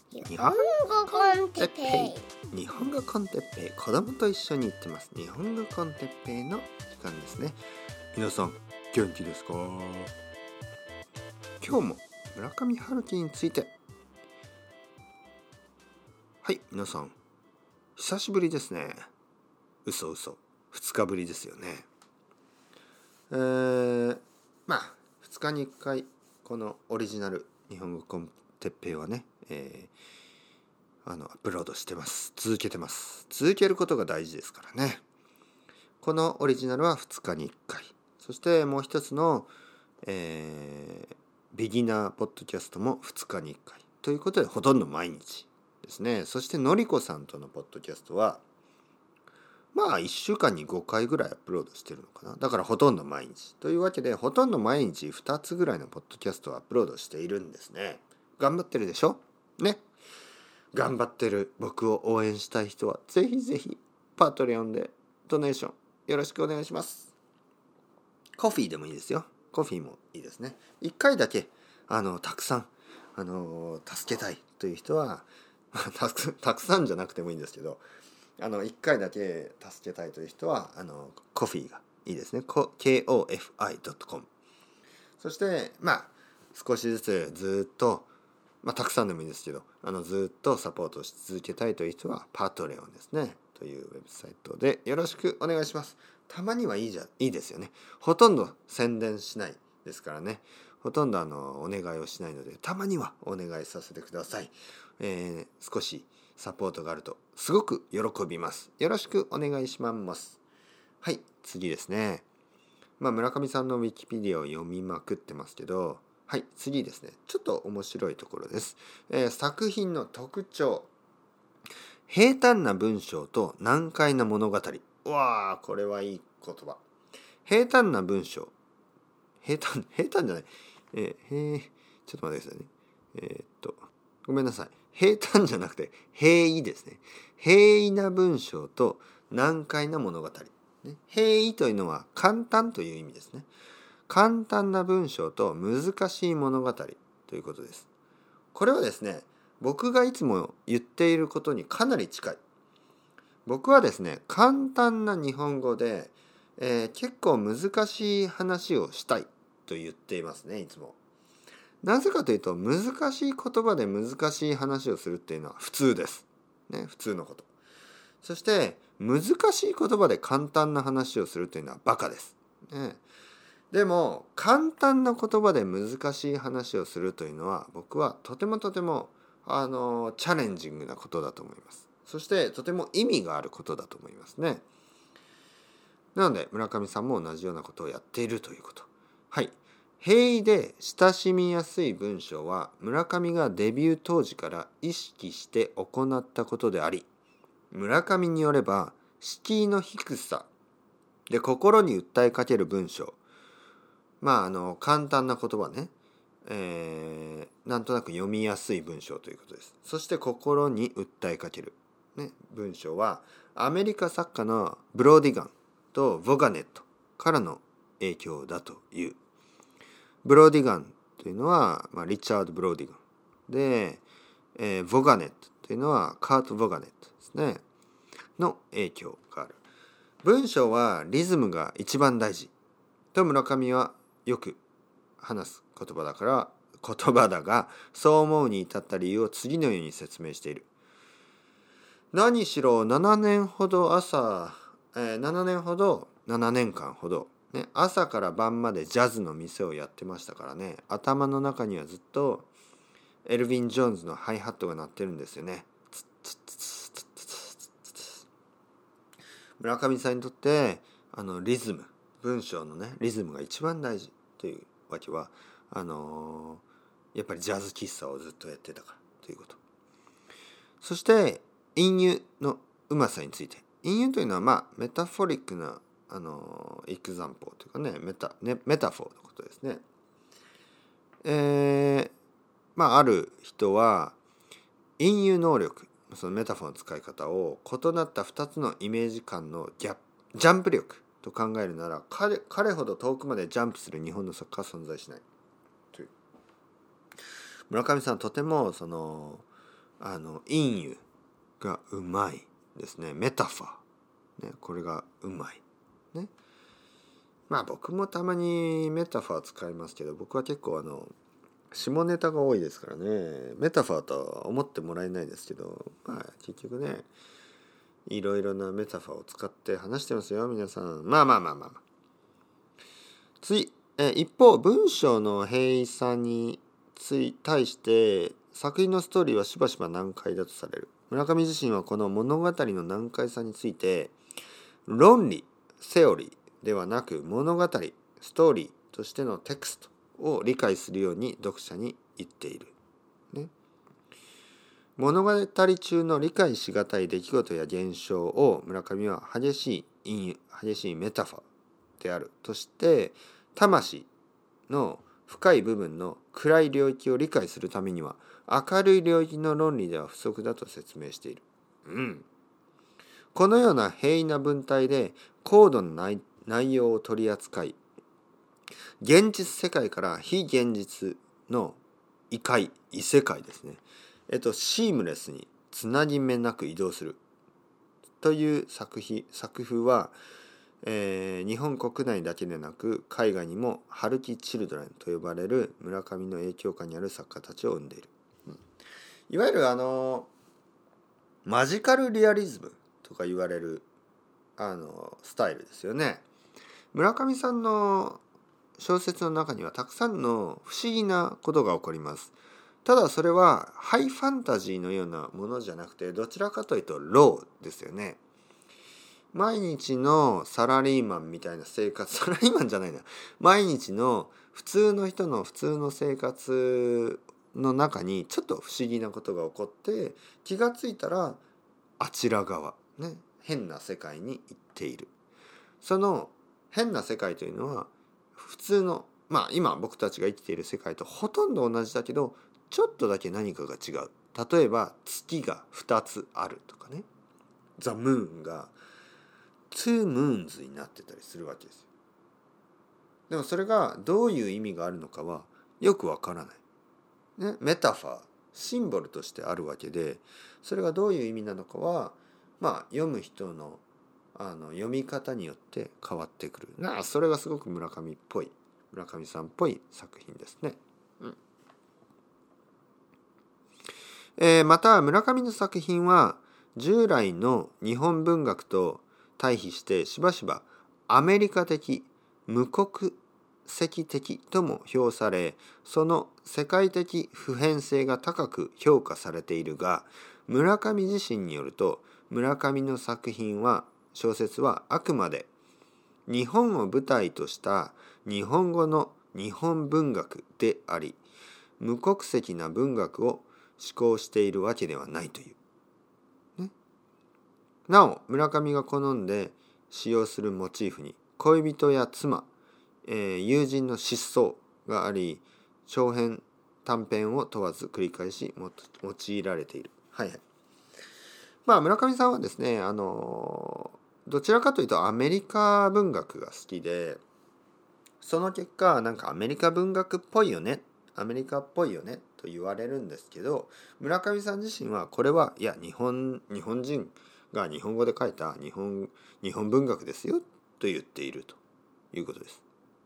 日本語コンテッペイ。日本語コンテッペイ、子供と一緒に行ってます。日本語コンテッペイの時間ですね。皆さん元気ですか？今日も村上春樹について。はい、皆さん久しぶりですね。嘘2日ぶりですよね。2日に1回このオリジナル日本語コンテッペイはね、アップロードしてます。続けてます。続けることが大事ですからね。このオリジナルは2日に1回、そしてもう一つの、ビギナーポッドキャストも2日に1回ということで、ほとんど毎日ですね。そしてのりこさんとのポッドキャストは1週間に5回ぐらいアップロードしてるのかな。だからほとんど毎日というわけで、ほとんど毎日2つぐらいのポッドキャストをアップロードしているんですね。頑張ってるでしょね。頑張ってる僕を応援したい人はぜひぜひパートレオンでドネーションよろしくお願いします。コフィーでもいいですよ。コフィーもいいですね。1回だけたくさん助けたいという人はたくさんじゃなくてもいいんですけど、1回だけ助けたいという人はコフィーがいいですね。kofi.com。 そして少しずつずっとたくさんでもいいですけどずっとサポートし続けたいという人はパートレオンですねというウェブサイトでよろしくお願いします。たまにはいいですよね。ほとんど宣伝しないですからね。ほとんどお願いをしないので、たまにはお願いさせてください。少しサポートがあるとすごく喜びます。よろしくお願いします。はい、次ですね。村上さんのウィキペディアを読みまくってますけど、はい、次ですね。ちょっと面白いところです。作品の特徴。平坦な文章と難解な物語。これはいい言葉。平坦な文章。平坦じゃない。ちょっと待ってくださいね。ごめんなさい。平坦じゃなくて平易ですね。平易な文章と難解な物語。平易というのは簡単という意味ですね。簡単な文章と難しい物語ということです。これはですね、僕がいつも言っていることにかなり近い。僕はですね、簡単な日本語で、結構難しい話をしたいと言っていますね、いつも。なぜかというと、難しい言葉で難しい話をするっていうのは普通です。ね、普通のこと。そして、難しい言葉で簡単な話をするというのはバカです。ね。でも簡単な言葉で難しい話をするというのは、僕はとてもチャレンジングなことだと思います。そしてとても意味があることだと思いますね。なので村上さんも同じようなことをやっているということ。はい。平易で親しみやすい文章は村上がデビュー当時から意識して行ったことであり、村上によれば敷居の低さで心に訴えかける文章、簡単な言葉ね、なんとなく読みやすい文章ということです。そして心に訴えかける、文章はアメリカ作家のブローディガンとヴォガネットからの影響だという。ブローディガンというのは、リチャード・ブローディガンで、ヴォガネットというのはカート・ヴォガネットですねの影響がある。文章はリズムが一番大事と村上はよく話す言葉だが、そう思うに至った理由を次のように説明している。何しろ7年間ほど、朝から晩までジャズの店をやってましたからね。頭の中にはずっとエルヴィン・ジョーンズのハイハットが鳴ってるんですよね。村上さんにとってリズム、文章のねリズムが一番大事というわけはやっぱりジャズ喫茶をずっとやってたからということ。そして隠喩のうまさについて。隠喩というのはメタフォリックなエクザンポーというかメタフォーのことですね。ある人は隠喩能力、そのメタフォーの使い方を異なった2つのイメージ間のジャンプ力と考えるなら、彼ほど遠くまでジャンプする日本の作家は存在しないという。村上さんとても隠喩がうまいですね。メタファー、ね、これがうまい、ね。まあ僕もたまにメタファー使いますけど、僕は結構下ネタが多いですからね、メタファーとは思ってもらえないですけど、まあ結局ね、いろいろなメタファーを使って話してますよ皆さん。まあ次、一方文章の平易さに対して作品のストーリーはしばしば難解だとされる。村上自身はこの物語の難解さについて、論理セオリーではなく物語ストーリーとしてのテクストを理解するように読者に言っている、ね。物語中の理解しがたい出来事や現象を村上は激しいメタファーであるとして、魂の深い部分の暗い領域を理解するためには明るい領域の論理では不足だと説明している。このような平易な文体で高度な内容を取り扱い、現実世界から非現実の異世界ですね、シームレスにつなぎ目なく移動するという作風は、日本国内だけでなく海外にもハルキ・チルドレンと呼ばれる村上の影響下にある作家たちを生んでいる。いわゆるマジカルリアリズムとか言われるスタイルですよね。村上さんの小説の中にはたくさんの不思議なことが起こります。ただそれはハイファンタジーのようなものじゃなくて、どちらかというとローですよね。毎日のサラリーマンみたいな生活、サラリーマンじゃないな、毎日の普通の人の普通の生活の中にちょっと不思議なことが起こって、気がついたらあちら側、ね、変な世界に行っている。その変な世界というのは普通の、今僕たちが生きている世界とほとんど同じだけど、ちょっとだけ何かが違う。例えば月が2つあるとかね、ザ・ムーンが2ムーンズになってたりするわけですよ。でもそれがどういう意味があるのかはよくわからない、ね、メタファー、シンボルとしてあるわけで、それがどういう意味なのかは読む人の読み方によって変わってくる。それがすごく村上さんっぽい作品ですね。また村上の作品は従来の日本文学と対比してしばしばアメリカ的、無国籍的とも評され、その世界的普遍性が高く評価されているが、村上自身によると、村上の小説はあくまで日本を舞台とした日本語の日本文学であり、無国籍な文学を思考しているわけではないという、ね。なお村上が好んで使用するモチーフに恋人や妻、友人の失踪があり、長編短編を問わず繰り返し用いられている。村上さんはですね、どちらかというとアメリカ文学が好きで、その結果アメリカ文学っぽいよね、アメリカっぽいよねと言われるんですけど、村上さん自身はこれは日本人が日本語で書いた日本文学ですよと言っているということです。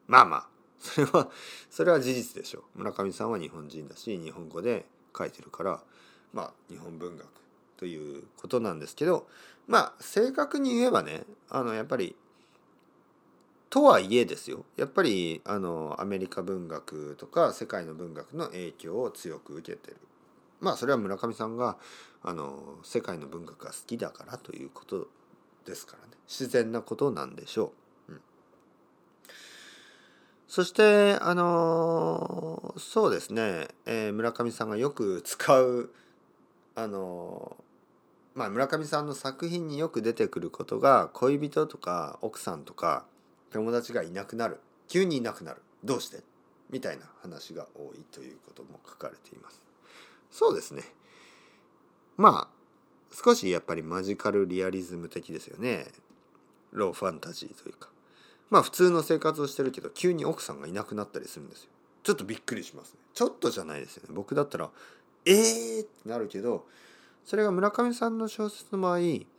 それは事実でしょう。村上さんは日本人だし日本語で書いてるから、日本文学ということなんですけど、正確に言えばね、やっぱりとはいえですよ、やっぱりアメリカ文学とか世界の文学の影響を強く受けてる。それは村上さんが世界の文学が好きだからということですからね、自然なことなんでしょう。そしてそうですね、村上さんがよく使う村上さんの作品によく出てくることが、恋人とか奥さんとか友達がいなくなる、急にいなくなる、どうしてみたいな話が多いということも書かれています。そうですね、少しやっぱりマジカルリアリズム的ですよね。ローファンタジーというか、普通の生活をしてるけど急に奥さんがいなくなったりするんですよ。ちょっとびっくりしますね。ちょっとじゃないですよね。僕だったらってなるけど、それが村上さんの小説の場合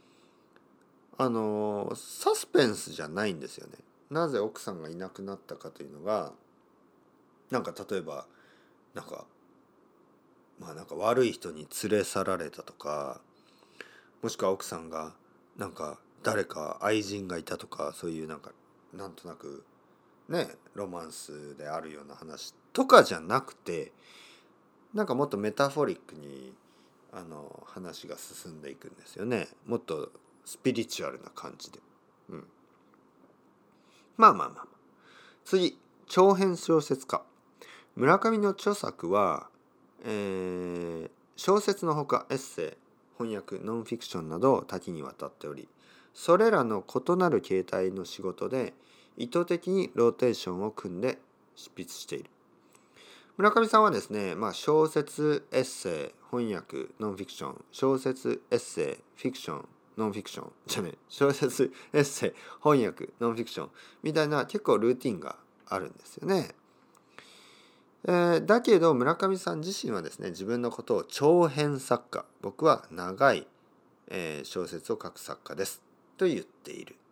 サスペンスじゃないんですよね。なぜ奥さんがいなくなったかというのが、なんか例えばなんかなんか悪い人に連れ去られたとか、もしくは奥さんがなんか誰か愛人がいたとか、そういうなんかなんとなくねロマンスであるような話とかじゃなくて、なんかもっとメタフォリックに話が進んでいくんですよね。もっとスピリチュアルな感じで。まあ次、長編小説家。村上の著作は、小説のほかエッセイ、翻訳、ノンフィクションなど多岐にわたっており、それらの異なる形態の仕事で意図的にローテーションを組んで執筆している。村上さんはですね、小説、エッセイ、翻訳、ノンフィクション、小説、エッセイ、フィクション、ノンフィクション小説、エッセイ、翻訳、ノンフィクションみたいな結構ルーティンがあるんですよね。だけど村上さん自身はですね、自分のことを長編作家、僕は長い、小説を書く作家ですと言っている。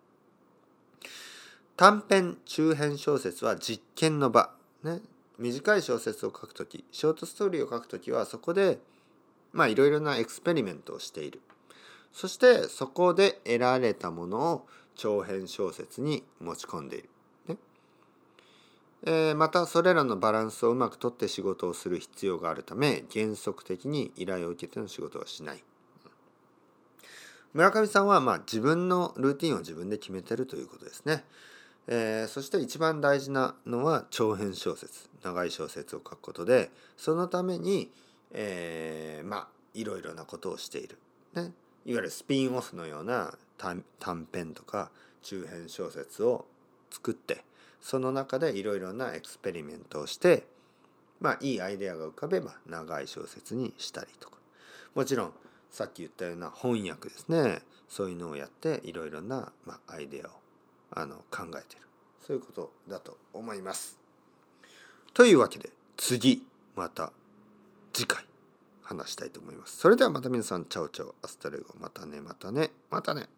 短編中編小説は実験の場、短い小説を書くとき、ショートストーリーを書くときはそこでいろいろなエクスペリメントをしている。そしてそこで得られたものを長編小説に持ち込んでいる。またそれらのバランスをうまくとって仕事をする必要があるため、原則的に依頼を受けての仕事はしない。村上さんは自分のルーティンを自分で決めているということですね。そして一番大事なのは長編小説、長い小説を書くことで、そのために、いろいろなことをしている、いわゆるスピンオフのような短編とか中編小説を作って、その中でいろいろなエクスペリメントをして、いいアイデアが浮かべば長い小説にしたりとか、もちろんさっき言ったような翻訳ですね、そういうのをやっていろいろな、アイデアを考えている、そういうことだと思います。というわけで次また次回話したいと思います。それではまた皆さん、チャオチャオ、アスタレゴ、またね。